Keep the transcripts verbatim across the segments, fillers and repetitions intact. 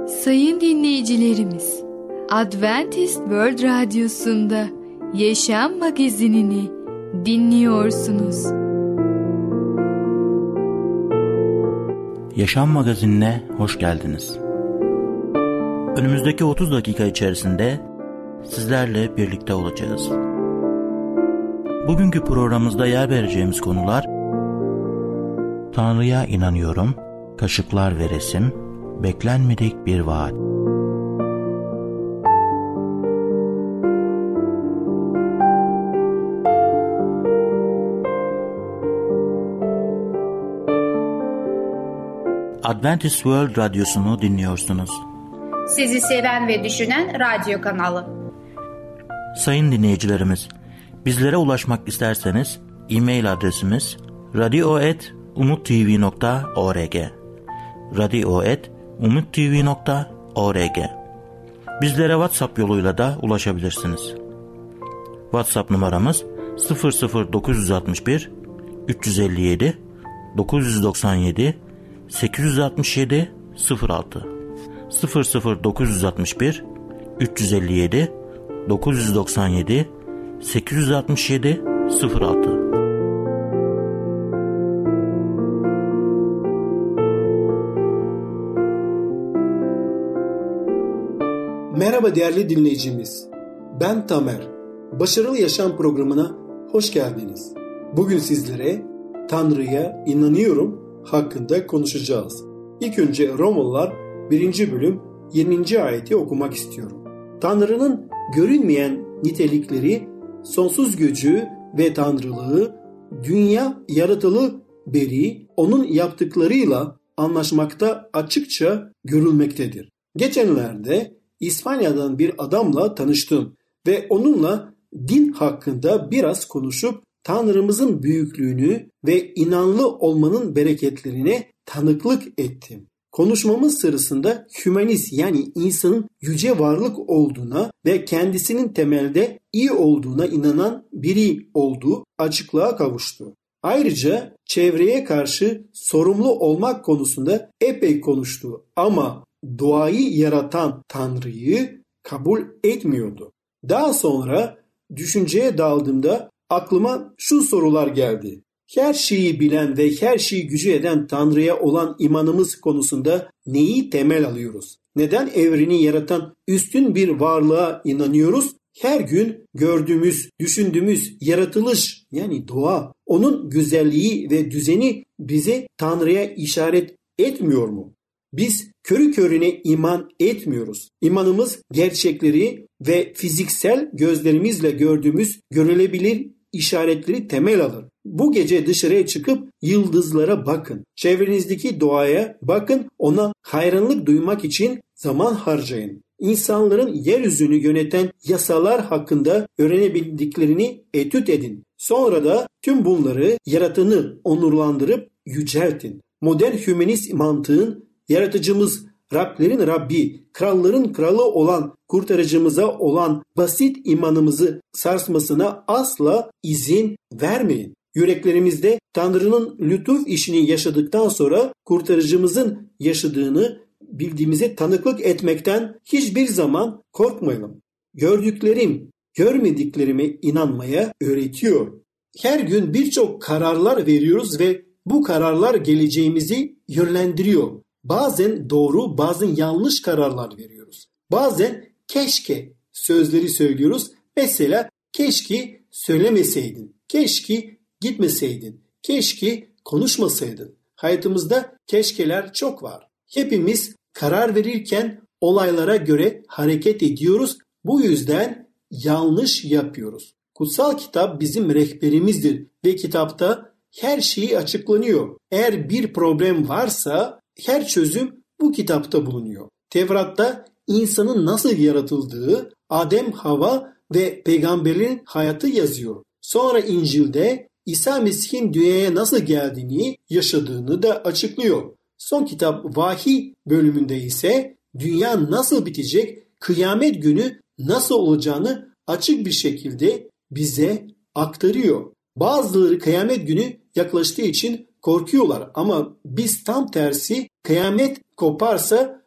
Sayın dinleyicilerimiz, Adventist World Radyosu'nda Yaşam Magazinini dinliyorsunuz. Yaşam Magazinine hoş geldiniz. Önümüzdeki otuz dakika içerisinde sizlerle birlikte olacağız. Bugünkü programımızda yer vereceğimiz konular: Tanrı'ya inanıyorum, kaşıklar ve resim, beklenmedik bir vaat. Adventist World Radyosu'nu dinliyorsunuz. Sizi seven ve düşünen radyo kanalı. Sayın dinleyicilerimiz, bizlere ulaşmak isterseniz e-mail adresimiz radio et umuttv nokta org radio et umuttv nokta org. Bizlere WhatsApp yoluyla da ulaşabilirsiniz. WhatsApp numaramız sıfır sıfır dokuz altı bir üç yüz elli yedi dokuz yüz doksan yedi sekiz yüz altmış yedi sıfır altı sıfır sıfır dokuz altı bir üç yüz elli yedi dokuz yüz doksan yedi sekiz yüz altmış yedi sıfır altı. Merhaba değerli dinleyicimiz. Ben Tamer. Başarılı Yaşam programına hoş geldiniz. Bugün sizlere Tanrı'ya inanıyorum hakkında konuşacağız. İlk önce Romalılar birinci bölüm yirminci ayeti okumak istiyorum. Tanrı'nın görünmeyen nitelikleri, sonsuz gücü ve tanrılığı, dünya yaratılı beri onun yaptıklarıyla anlaşmakta açıkça görülmektedir. Geçenlerde İspanya'dan bir adamla tanıştım ve onunla din hakkında biraz konuşup Tanrımızın büyüklüğünü ve inanlı olmanın bereketlerine tanıklık ettim. Konuşmamız sırasında hümanist yani insanın yüce varlık olduğuna ve kendisinin temelde iyi olduğuna inanan biri olduğu açıklığa kavuştu. Ayrıca çevreye karşı sorumlu olmak konusunda epey konuştu ama doğayı yaratan Tanrı'yı kabul etmiyordu. Daha sonra düşünceye daldığımda aklıma şu sorular geldi. Her şeyi bilen ve her şeyi gücü eden Tanrı'ya olan imanımız konusunda neyi temel alıyoruz? Neden evreni yaratan üstün bir varlığa inanıyoruz? Her gün gördüğümüz, düşündüğümüz yaratılış yani doğa, onun güzelliği ve düzeni bize Tanrı'ya işaret etmiyor mu? Biz körü körüne iman etmiyoruz. İmanımız gerçekleri ve fiziksel gözlerimizle gördüğümüz görülebilir işaretleri temel alır. Bu gece dışarıya çıkıp yıldızlara bakın. Çevrenizdeki doğaya bakın, ona hayranlık duymak için zaman harcayın. İnsanların yeryüzünü yöneten yasalar hakkında öğrenebildiklerini etüt edin. Sonra da tüm bunları yaratanı onurlandırıp yüceltin. Modern hümanist mantığın yaratıcımız, Rablerin Rabbi, kralların kralı olan kurtarıcımıza olan basit imanımızı sarsmasına asla izin vermeyin. Yüreklerimizde Tanrı'nın lütuf işini yaşadıktan sonra kurtarıcımızın yaşadığını bildiğimize tanıklık etmekten hiçbir zaman korkmayalım. Gördüklerim, görmediklerime inanmaya öğretiyor. Her gün birçok kararlar veriyoruz ve bu kararlar geleceğimizi yönlendiriyor. Bazen doğru, bazen yanlış kararlar veriyoruz. Bazen keşke sözleri söylüyoruz. Mesela keşke söylemeseydin, keşke gitmeseydin, keşke konuşmasaydın. Hayatımızda keşkeler çok var. Hepimiz karar verirken olaylara göre hareket ediyoruz. Bu yüzden yanlış yapıyoruz. Kutsal kitap bizim rehberimizdir ve kitapta her şey açıklanıyor. Eğer bir problem varsa her çözüm bu kitapta bulunuyor. Tevrat'ta insanın nasıl yaratıldığı, Adem, Hava ve peygamberlerin hayatı yazıyor. Sonra İncil'de İsa Mesih'in dünyaya nasıl geldiğini, yaşadığını da açıklıyor. Son kitap Vahiy bölümünde ise dünya nasıl bitecek, kıyamet günü nasıl olacağını açık bir şekilde bize aktarıyor. Bazıları kıyamet günü yaklaştığı için korkuyorlar ama biz tam tersi kıyamet koparsa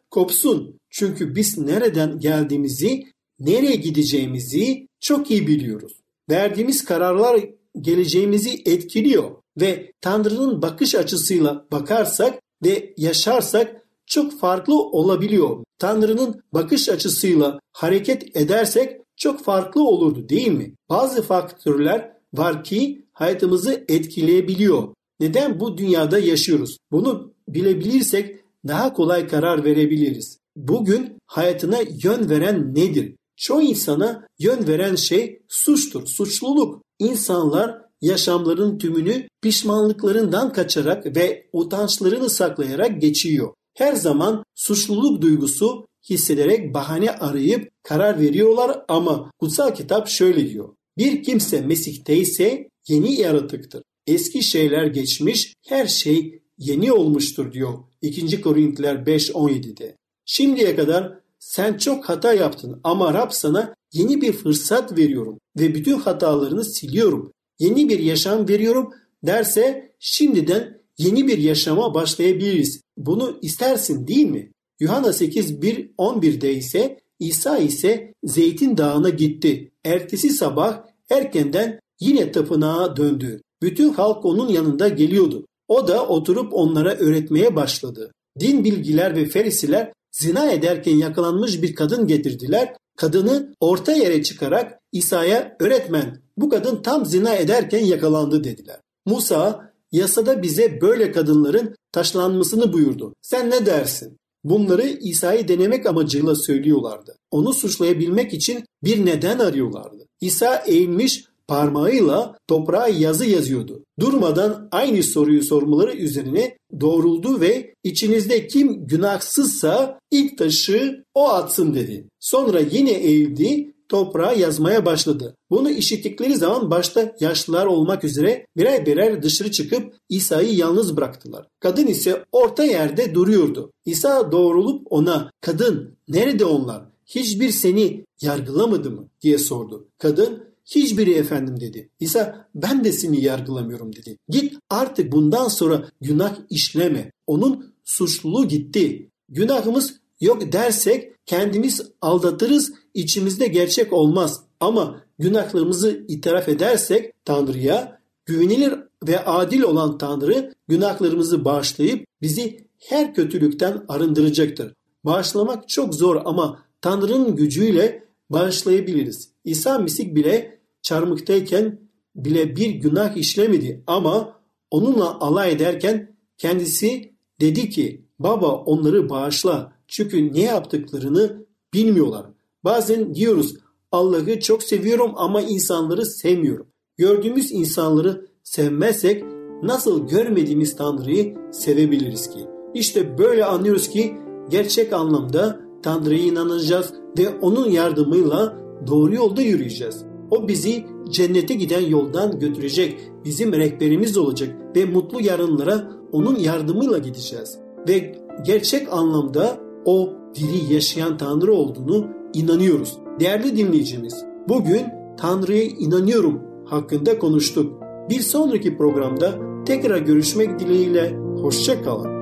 kopsun. Çünkü biz nereden geldiğimizi, nereye gideceğimizi çok iyi biliyoruz. Verdiğimiz kararlar geleceğimizi etkiliyor ve Tanrı'nın bakış açısıyla bakarsak ve yaşarsak çok farklı olabiliyor. Tanrı'nın bakış açısıyla hareket edersek çok farklı olurdu, değil mi? Bazı faktörler var ki hayatımızı etkileyebiliyor. Neden bu dünyada yaşıyoruz? Bunu bilebilirsek daha kolay karar verebiliriz. Bugün hayatına yön veren nedir? Çoğu insana yön veren şey suçtur, suçluluk. İnsanlar yaşamların tümünü pişmanlıklarından kaçarak ve utançlarını saklayarak geçiyor. Her zaman suçluluk duygusu hissederek bahane arayıp karar veriyorlar ama kutsal kitap şöyle diyor. Bir kimse Mesih'te ise yeni yaratıktır. Eski şeyler geçmiş, her şey yeni olmuştur diyor ikinci Korintiler beş on yedi'de. Şimdiye kadar sen çok hata yaptın ama Rab sana yeni bir fırsat veriyorum ve bütün hatalarını siliyorum. Yeni bir yaşam veriyorum derse şimdiden yeni bir yaşama başlayabiliriz. Bunu istersin değil mi? Yuhanna sekiz bir on bir'de ise İsa ise Zeytin Dağı'na gitti. Ertesi sabah erkenden yine tapınağa döndü. Bütün halk onun yanında geliyordu. O da oturup onlara öğretmeye başladı. Din bilgiler ve ferisiler zina ederken yakalanmış bir kadın getirdiler. Kadını orta yere çıkarak İsa'ya öğretmen bu kadın tam zina ederken yakalandı dediler. Musa yasada bize böyle kadınların taşlanmasını buyurdu. Sen ne dersin? Bunları İsa'yı denemek amacıyla söylüyorlardı. Onu suçlayabilmek için bir neden arıyorlardı. İsa eğilmiş parmağıyla toprağa yazı yazıyordu. Durmadan aynı soruyu sormaları üzerine doğruldu ve içinizde kim günahsızsa ilk taşı o atsın dedi. Sonra yine eğildi, toprağa yazmaya başladı. Bunu işittikleri zaman başta yaşlılar olmak üzere birer birer dışarı çıkıp İsa'yı yalnız bıraktılar. Kadın ise orta yerde duruyordu. İsa doğrulup ona "Kadın, nerede onlar? Hiçbir seni yargılamadı mı?" diye sordu. Kadın "Hiçbiri efendim" dedi. İsa "Ben de seni yargılamıyorum" dedi. "Git artık bundan sonra günah işleme." Onun suçluluğu gitti. Günahımız yok dersek kendimiz aldatırız, içimizde gerçek olmaz. Ama günahlarımızı itiraf edersek Tanrı'ya, güvenilir ve adil olan Tanrı günahlarımızı bağışlayıp bizi her kötülükten arındıracaktır. Bağışlamak çok zor ama Tanrı'nın gücüyle bağışlayabiliriz. İsa Mesih bile çarmıktayken bile bir günah işlemedi ama onunla alay ederken kendisi dedi ki "Baba, onları bağışla çünkü ne yaptıklarını bilmiyorlar." Bazen diyoruz Allah'ı çok seviyorum ama insanları sevmiyorum. Gördüğümüz insanları sevmezsek nasıl görmediğimiz Tanrı'yı sevebiliriz ki? İşte böyle anlıyoruz ki gerçek anlamda Tanrı'ya inanacağız ve onun yardımıyla doğru yolda yürüyeceğiz. O bizi cennete giden yoldan götürecek, bizim rehberimiz olacak ve mutlu yarınlara onun yardımıyla gideceğiz. Ve gerçek anlamda o diri yaşayan Tanrı olduğunu inanıyoruz. Değerli dinleyicimiz, bugün Tanrı'ya inanıyorum hakkında konuştuk. Bir sonraki programda tekrar görüşmek dileğiyle hoşça kalın.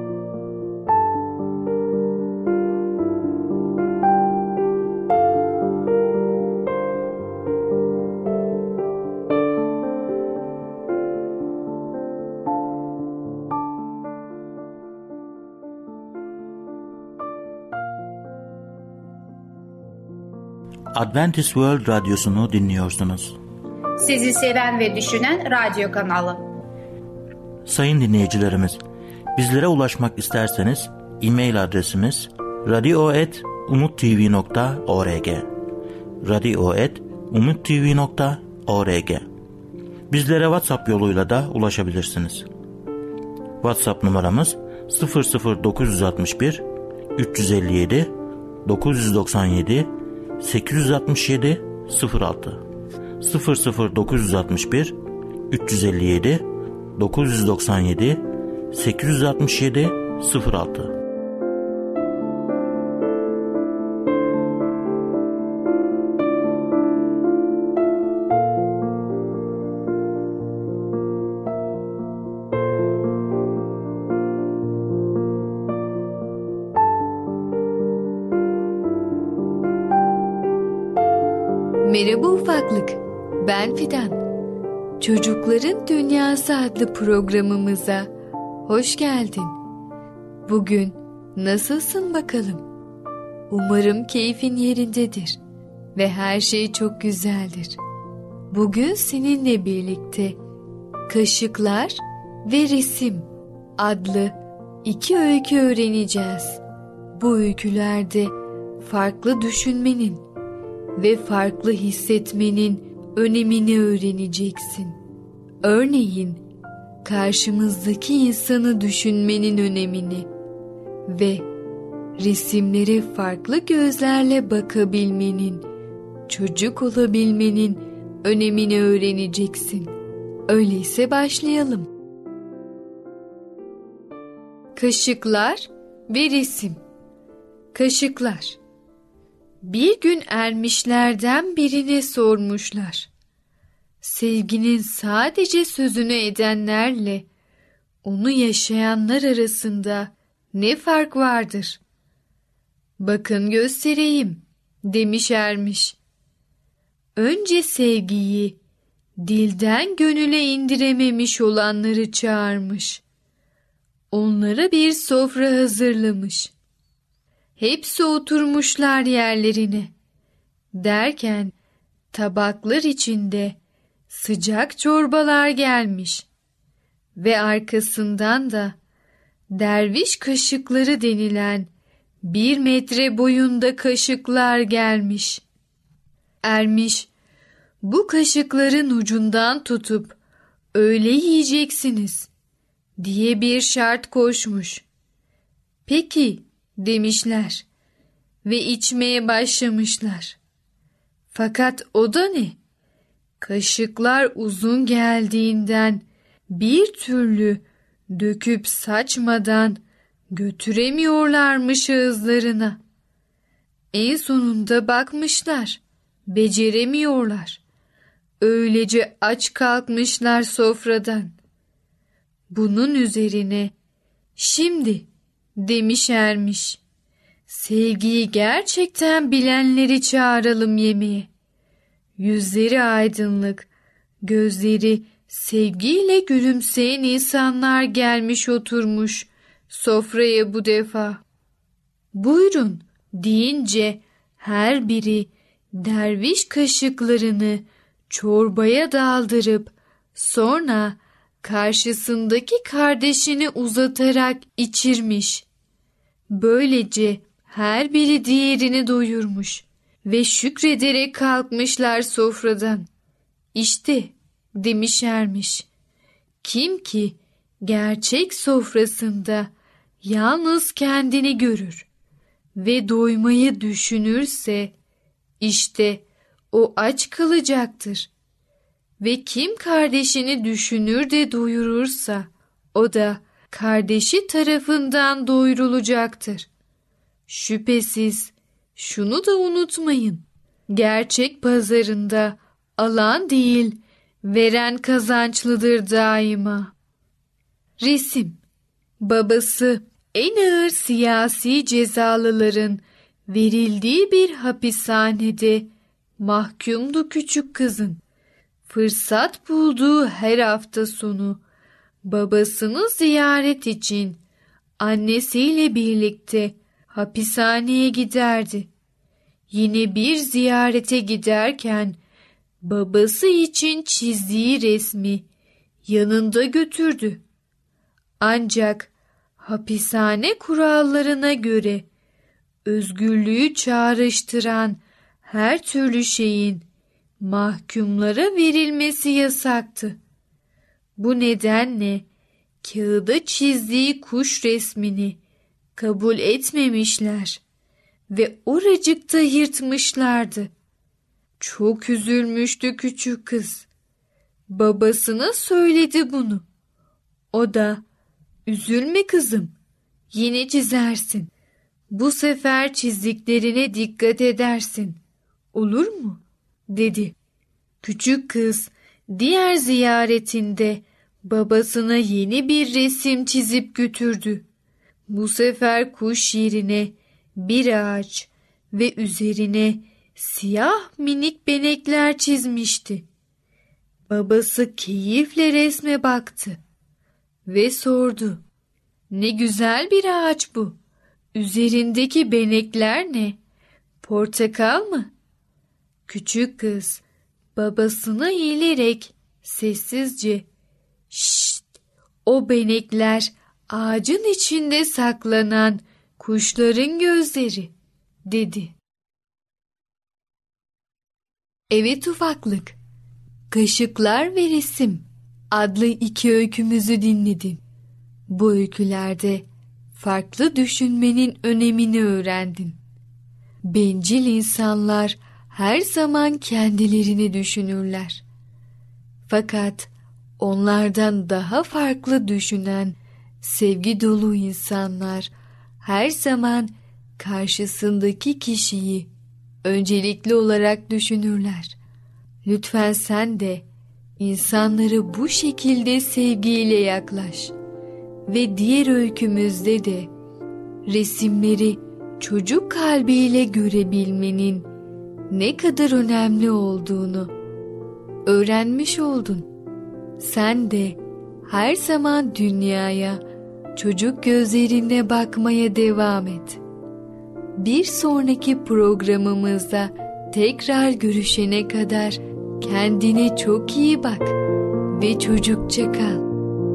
Adventist World Radyosu'nu dinliyorsunuz. Sizi seven ve düşünen radyo kanalı. Sayın dinleyicilerimiz, bizlere ulaşmak isterseniz e-mail adresimiz radio et umuttv nokta org radio et umuttv nokta org. Bizlere WhatsApp yoluyla da ulaşabilirsiniz. WhatsApp numaramız sıfır sıfır dokuz altı bir üç yüz elli yedi dokuz yüz doksan yedi sekiz yüz altmış yedi sıfır altı sıfır sıfır dokuz altı bir üç yüz elli yedi dokuz yüz doksan yedi sekiz yüz altmış yedi sıfır altı. Merhaba ufaklık, ben Fidan. Çocukların Dünyası adlı programımıza hoş geldin. Bugün nasılsın bakalım? Umarım keyfin yerindedir ve her şey çok güzeldir. Bugün seninle birlikte Kaşıklar ve Resim adlı iki öykü öğreneceğiz. Bu öykülerde farklı düşünmenin ve farklı hissetmenin önemini öğreneceksin. Örneğin karşımızdaki insanı düşünmenin önemini ve resimlere farklı gözlerle bakabilmenin, çocuk olabilmenin önemini öğreneceksin. Öyleyse başlayalım. Kaşıklar ve Resim. Kaşıklar. Bir gün ermişlerden birine sormuşlar. Sevginin sadece sözünü edenlerle onu yaşayanlar arasında ne fark vardır? Bakın göstereyim, demiş ermiş. Önce sevgiyi dilden gönüle indirememiş olanları çağırmış. Onlara bir sofra hazırlamış. Hepsi oturmuşlar yerlerine. Derken tabaklar içinde sıcak çorbalar gelmiş. Ve arkasından da derviş kaşıkları denilen bir metre boyunda kaşıklar gelmiş. Ermiş, bu kaşıkların ucundan tutup öyle yiyeceksiniz diye bir şart koşmuş. Peki demişler ve içmeye başlamışlar. Fakat o da ne? Kaşıklar uzun geldiğinden bir türlü döküp saçmadan götüremiyorlarmış ağızlarına. En sonunda bakmışlar, beceremiyorlar. Öylece aç kalkmışlar sofradan. Bunun üzerine şimdi demiş ermiş, sevgiyi gerçekten bilenleri çağıralım yemeğe. Yüzleri aydınlık, gözleri sevgiyle gülümseyen insanlar gelmiş oturmuş sofraya bu defa. Buyurun deyince her biri derviş kaşıklarını çorbaya daldırıp sonra karşısındaki kardeşini uzatarak içirmiş. Böylece her biri diğerini doyurmuş ve şükrederek kalkmışlar sofradan. İşte demiş ermiş, kim ki gerçek sofrasında yalnız kendini görür ve doymayı düşünürse işte o aç kalacaktır. Ve kim kardeşini düşünür de doyurursa o da kardeşi tarafından doyurulacaktır. Şüphesiz şunu da unutmayın. Gerçek pazarında alan değil, veren kazançlıdır daima. Resim. Babası en ağır siyasi cezalıların verildiği bir hapishanede mahkumdu küçük kızın. Fırsat bulduğu her hafta sonu babasını ziyaret için annesiyle birlikte hapishaneye giderdi. Yine bir ziyarete giderken babası için çizdiği resmi yanında götürdü. Ancak hapishane kurallarına göre özgürlüğü çağrıştıran her türlü şeyin mahkumlara verilmesi yasaktı. Bu nedenle kağıda çizdiği kuş resmini kabul etmemişler ve oracıkta yırtmışlardı. Çok üzülmüştü küçük kız. Babasına söyledi bunu. O da, "Üzülme kızım, yine çizersin. Bu sefer çizdiklerine dikkat edersin. Olur mu?" dedi. Küçük kız diğer ziyaretinde babasına yeni bir resim çizip götürdü. Bu sefer kuş yerine bir ağaç ve üzerine siyah minik benekler çizmişti. Babası keyifle resme baktı ve sordu. Ne güzel bir ağaç bu. Üzerindeki benekler ne? Portakal mı? Küçük kız babasına eğilerek sessizce, "Şşt, o benekler ağacın içinde saklanan kuşların gözleri," dedi. Evet ufaklık, Kaşıklar ve Resim adlı iki öykümüzü dinledin. Bu öykülerde farklı düşünmenin önemini öğrendin. Bencil insanlar her zaman kendilerini düşünürler. Fakat onlardan daha farklı düşünen, sevgi dolu insanlar her zaman karşısındaki kişiyi öncelikli olarak düşünürler. Lütfen sen de insanları bu şekilde sevgiyle yaklaş. Ve diğer öykümüzde de resimleri çocuk kalbiyle görebilmenin ne kadar önemli olduğunu öğrenmiş oldun. Sen de her zaman dünyaya çocuk gözlerine bakmaya devam et. Bir sonraki programımızda tekrar görüşene kadar kendine çok iyi bak ve çocukça kal.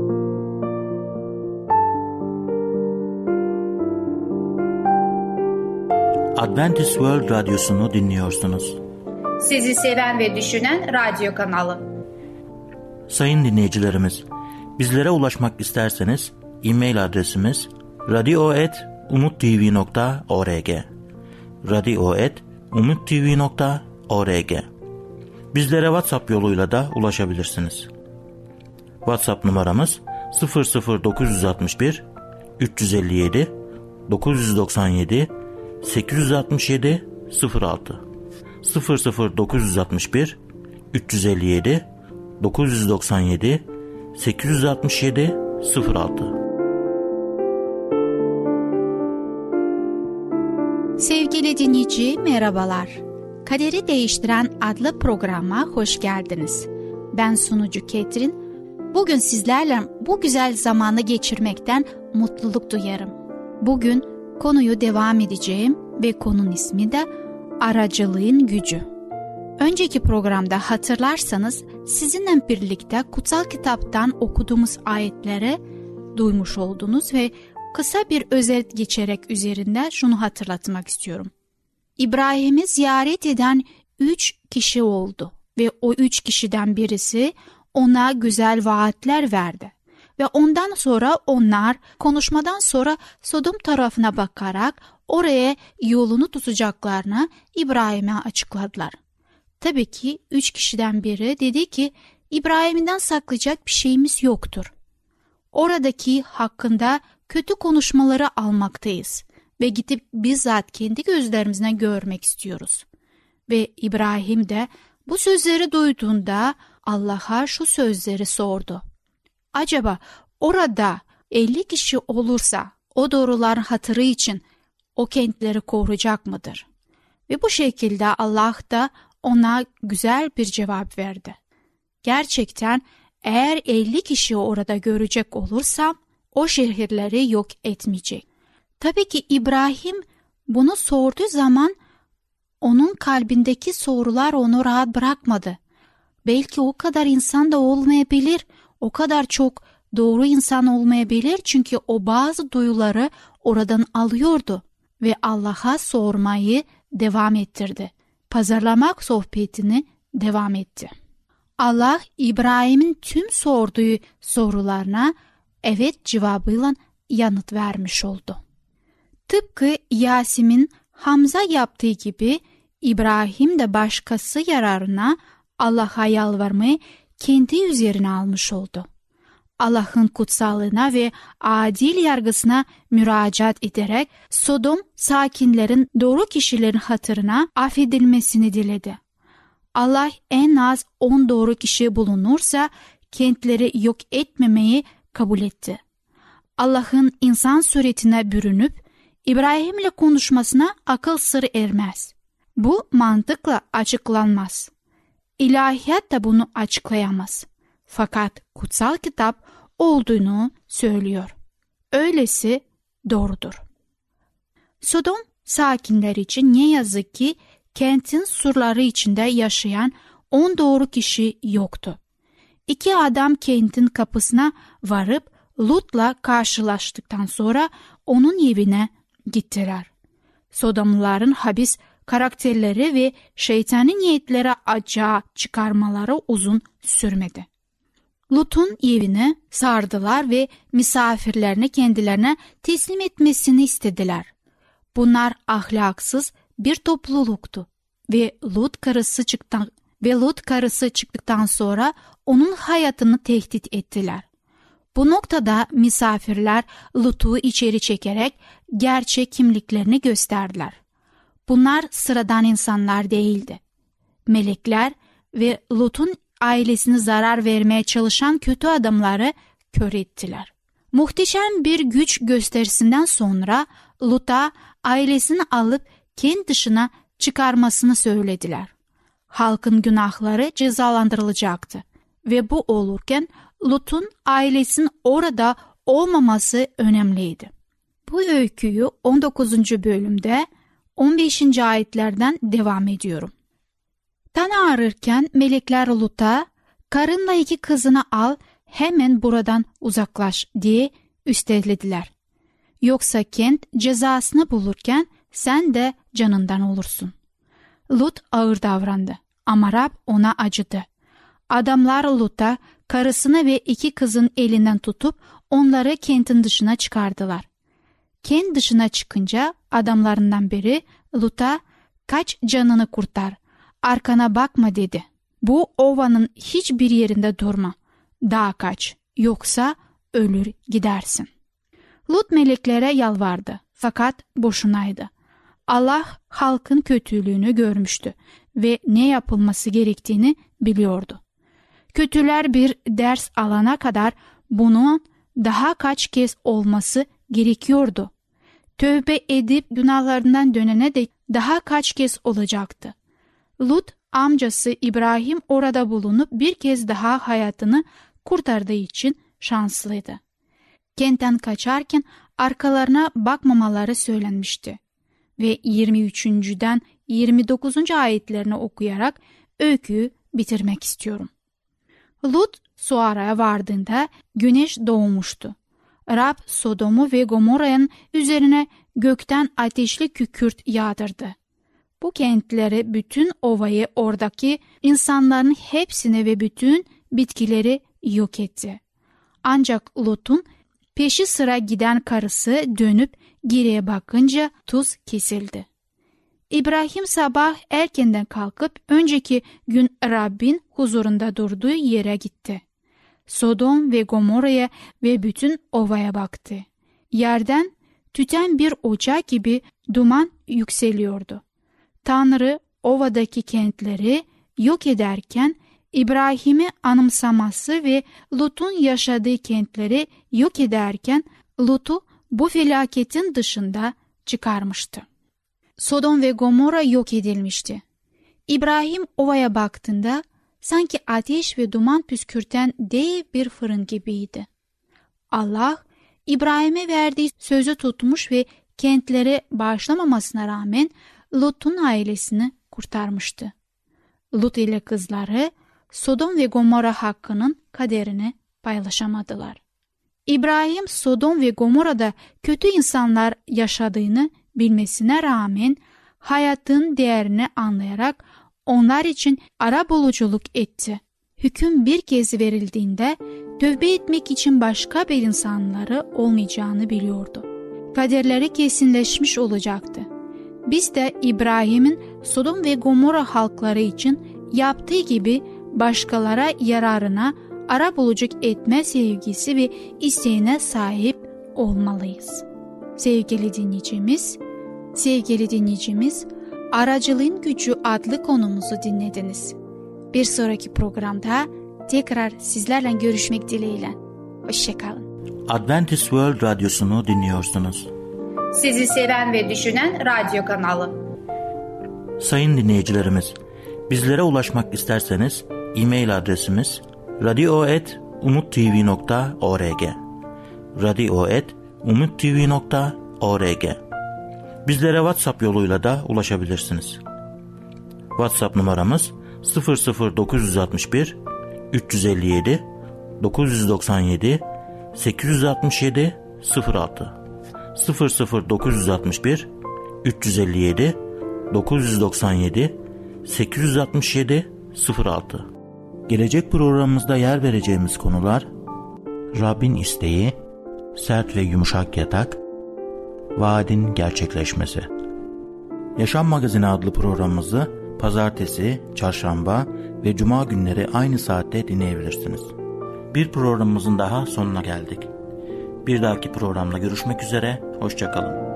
Adventist World Radyosu'nu dinliyorsunuz. Sizi seven ve düşünen radyo kanalı. Sayın dinleyicilerimiz, bizlere ulaşmak isterseniz e-mail adresimiz radio et umuttv nokta org radio et umuttv nokta org. Bizlere WhatsApp yoluyla da ulaşabilirsiniz. WhatsApp numaramız sıfır sıfır dokuz altı bir üç elli yedi dokuz doksan yedi sekiz altı yedi sıfır altı sıfır sıfır dokuz altı bir üç elli yedi dokuz doksan yedi sekiz altı yedi sıfır altı. Sevgili dinleyici, merhabalar. Kaderi Değiştiren adlı programa hoş geldiniz. Ben sunucu Ketrin. Bugün sizlerle bu güzel zamanı geçirmekten mutluluk duyarım. Bugün konuyu devam edeceğim ve konunun ismi de aracılığın gücü. Önceki programda hatırlarsanız sizinle birlikte kutsal kitaptan okuduğumuz ayetleri duymuş oldunuz ve kısa bir özet geçerek üzerinde şunu hatırlatmak istiyorum. İbrahim'i ziyaret eden üç kişi oldu ve o üç kişiden birisi ona güzel vaatler verdi. Ve ondan sonra onlar konuşmadan sonra Sodom tarafına bakarak oraya yolunu tutacaklarını İbrahim'e açıkladılar. Tabii ki üç kişiden biri dedi ki İbrahim'den saklayacak bir şeyimiz yoktur. Oradaki hakkında kötü konuşmaları almaktayız ve gidip bizzat kendi gözlerimizle görmek istiyoruz. Ve İbrahim de bu sözleri duyduğunda Allah'a şu sözleri sordu. Acaba orada elli kişi olursa o doğruların hatırı için o kentleri koruyacak mıdır? Ve bu şekilde Allah da ona güzel bir cevap verdi. Gerçekten eğer elli kişi orada görecek olursam o şehirleri yok etmeyecek. Tabii ki İbrahim bunu sorduğu zaman onun kalbindeki sorular onu rahat bırakmadı. Belki o kadar insan da olmayabilir, o kadar çok doğru insan olmayabilir çünkü o bazı duyuları oradan alıyordu ve Allah'a sormayı devam ettirdi. Pazarlamak sohbetini devam etti. Allah İbrahim'in tüm sorduğu sorularına evet cevabıyla yanıt vermiş oldu. Tıpkı Yasim'in Hamza yaptığı gibi İbrahim de başkası yararına Allah'a yalvarmayı kendi üzerine almış oldu. Allah'ın kutsallığına ve adil yargısına müracaat ederek Sodom sakinlerin doğru kişilerin hatırına affedilmesini diledi. Allah en az on doğru kişi bulunursa kentleri yok etmemeyi kabul etti. Allah'ın insan suretine bürünüp İbrahim'le konuşmasına akıl sır ermez. Bu mantıkla açıklanmaz. İlahiyat da bunu açıklayamaz. Fakat kutsal kitap olduğunu söylüyor. Öylesi doğrudur. Sodom sakinleri için ne yazık ki kentin surları içinde yaşayan on doğru kişi yoktu. İki adam kentin kapısına varıp Lut'la karşılaştıktan sonra onun evine gittiler. Sodomluların habis karakterleri ve şeytani niyetlere açığa çıkarmaları uzun sürmedi. Lut'un evini sardılar ve misafirlerini kendilerine teslim etmesini istediler. Bunlar ahlaksız bir topluluktu ve Lut karısı çıktıktan ve Lut karısı çıktıktan sonra onun hayatını tehdit ettiler. Bu noktada misafirler Lut'u içeri çekerek gerçek kimliklerini gösterdiler. Bunlar sıradan insanlar değildi. Melekler ve Lut'un ailesine zarar vermeye çalışan kötü adamları kör ettiler. Muhteşem bir güç gösterisinden sonra Lut'a ailesini alıp kent dışına çıkarmasını söylediler. Halkın günahları cezalandırılacaktı ve bu olurken Lut'un ailesinin orada olmaması önemliydi. Bu öyküyü on dokuzuncu bölümde on beşinci ayetlerden devam ediyorum. Tanrı ararken melekler Lut'a karınla iki kızını al, hemen buradan uzaklaş diye üstelediler. Yoksa kent cezasını bulurken sen de canından olursun. Lut ağır davrandı ama Rab ona acıdı. Adamlar Lut'a karısını ve iki kızın elinden tutup onları kentin dışına çıkardılar. Kent dışına çıkınca adamlarından biri Lut'a kaç canını kurtar, arkana bakma dedi. Bu ovanın hiçbir yerinde durma, daha kaç, yoksa ölür gidersin. Lut meleklere yalvardı fakat boşunaydı. Allah halkın kötülüğünü görmüştü ve ne yapılması gerektiğini biliyordu. Kötüler bir ders alana kadar bunun daha kaç kez olması gerekiyordu. Tövbe edip günahlarından dönene de daha kaç kez olacaktı. Lut amcası İbrahim orada bulunup bir kez daha hayatını kurtardığı için şanslıydı. Kentten kaçarken arkalarına bakmamaları söylenmişti. Ve yirmi üçüncüden yirmi dokuzuncu ayetlerini okuyarak öyküyü bitirmek istiyorum. Lut Suara'ya vardığında güneş doğmuştu. Rab Sodom'u ve Gomorra'nın üzerine gökten ateşli kükürt yağdırdı. Bu kentleri, bütün ovayı, oradaki insanların hepsini ve bütün bitkileri yok etti. Ancak Lut'un peşi sıra giden karısı dönüp geriye bakınca tuz kesildi. İbrahim sabah erkenden kalkıp önceki gün Rabbin huzurunda durduğu yere gitti. Sodom ve Gomorra'ya ve bütün ovaya baktı. Yerden tüten bir ocak gibi duman yükseliyordu. Tanrı ovadaki kentleri yok ederken İbrahim'i anımsaması ve Lut'un yaşadığı kentleri yok ederken Lut'u bu felaketin dışında çıkarmıştı. Sodom ve Gomorra yok edilmişti. İbrahim ovaya baktığında sanki ateş ve duman püskürten dev bir fırın gibiydi. Allah İbrahim'e verdiği sözü tutmuş ve kentleri bağışlamamasına rağmen Lut'un ailesini kurtarmıştı. Lut ile kızları Sodom ve Gomorra hakkının kaderini paylaşamadılar. İbrahim Sodom ve Gomorra'da kötü insanlar yaşadığını bilmesine rağmen hayatın değerini anlayarak onlar için arabuluculuk etti. Hüküm bir kez verildiğinde tövbe etmek için başka bir insanları olmayacağını biliyordu. Kaderleri kesinleşmiş olacaktı. Biz de İbrahim'in Sodom ve Gomorra halkları için yaptığı gibi başkalara yararına arabuluculuk etme sevgisi ve isteğine sahip olmalıyız. Sevgili dinleyicimiz, sevgili dinleyicimiz, Aracılığın Gücü adlı konumuzu dinlediniz. Bir sonraki programda tekrar sizlerle görüşmek dileğiyle. Hoşçakalın. Adventist World Radyosu'nu dinliyorsunuz. Sizi seven ve düşünen radyo kanalı. Sayın dinleyicilerimiz, bizlere ulaşmak isterseniz e-mail adresimiz radio et umuttv nokta org radio et umuttv nokta org. Bizlere WhatsApp yoluyla da ulaşabilirsiniz. WhatsApp numaramız sıfır sıfır dokuz altı bir üç yüz elli yedi dokuz yüz doksan yedi sekiz yüz altmış yedi sıfır altı sıfır sıfır dokuz altı bir üç yüz elli yedi dokuz yüz doksan yedi sekiz yüz altmış yedi sıfır altı. Gelecek programımızda yer vereceğimiz konular: Rabbin isteği, sert ve yumuşak yatak, vaadin gerçekleşmesi. Yaşam Magazini adlı programımızı pazartesi, çarşamba ve cuma günleri aynı saatte dinleyebilirsiniz. Bir programımızın daha sonuna geldik. Bir dahaki programda görüşmek üzere, hoşça kalın.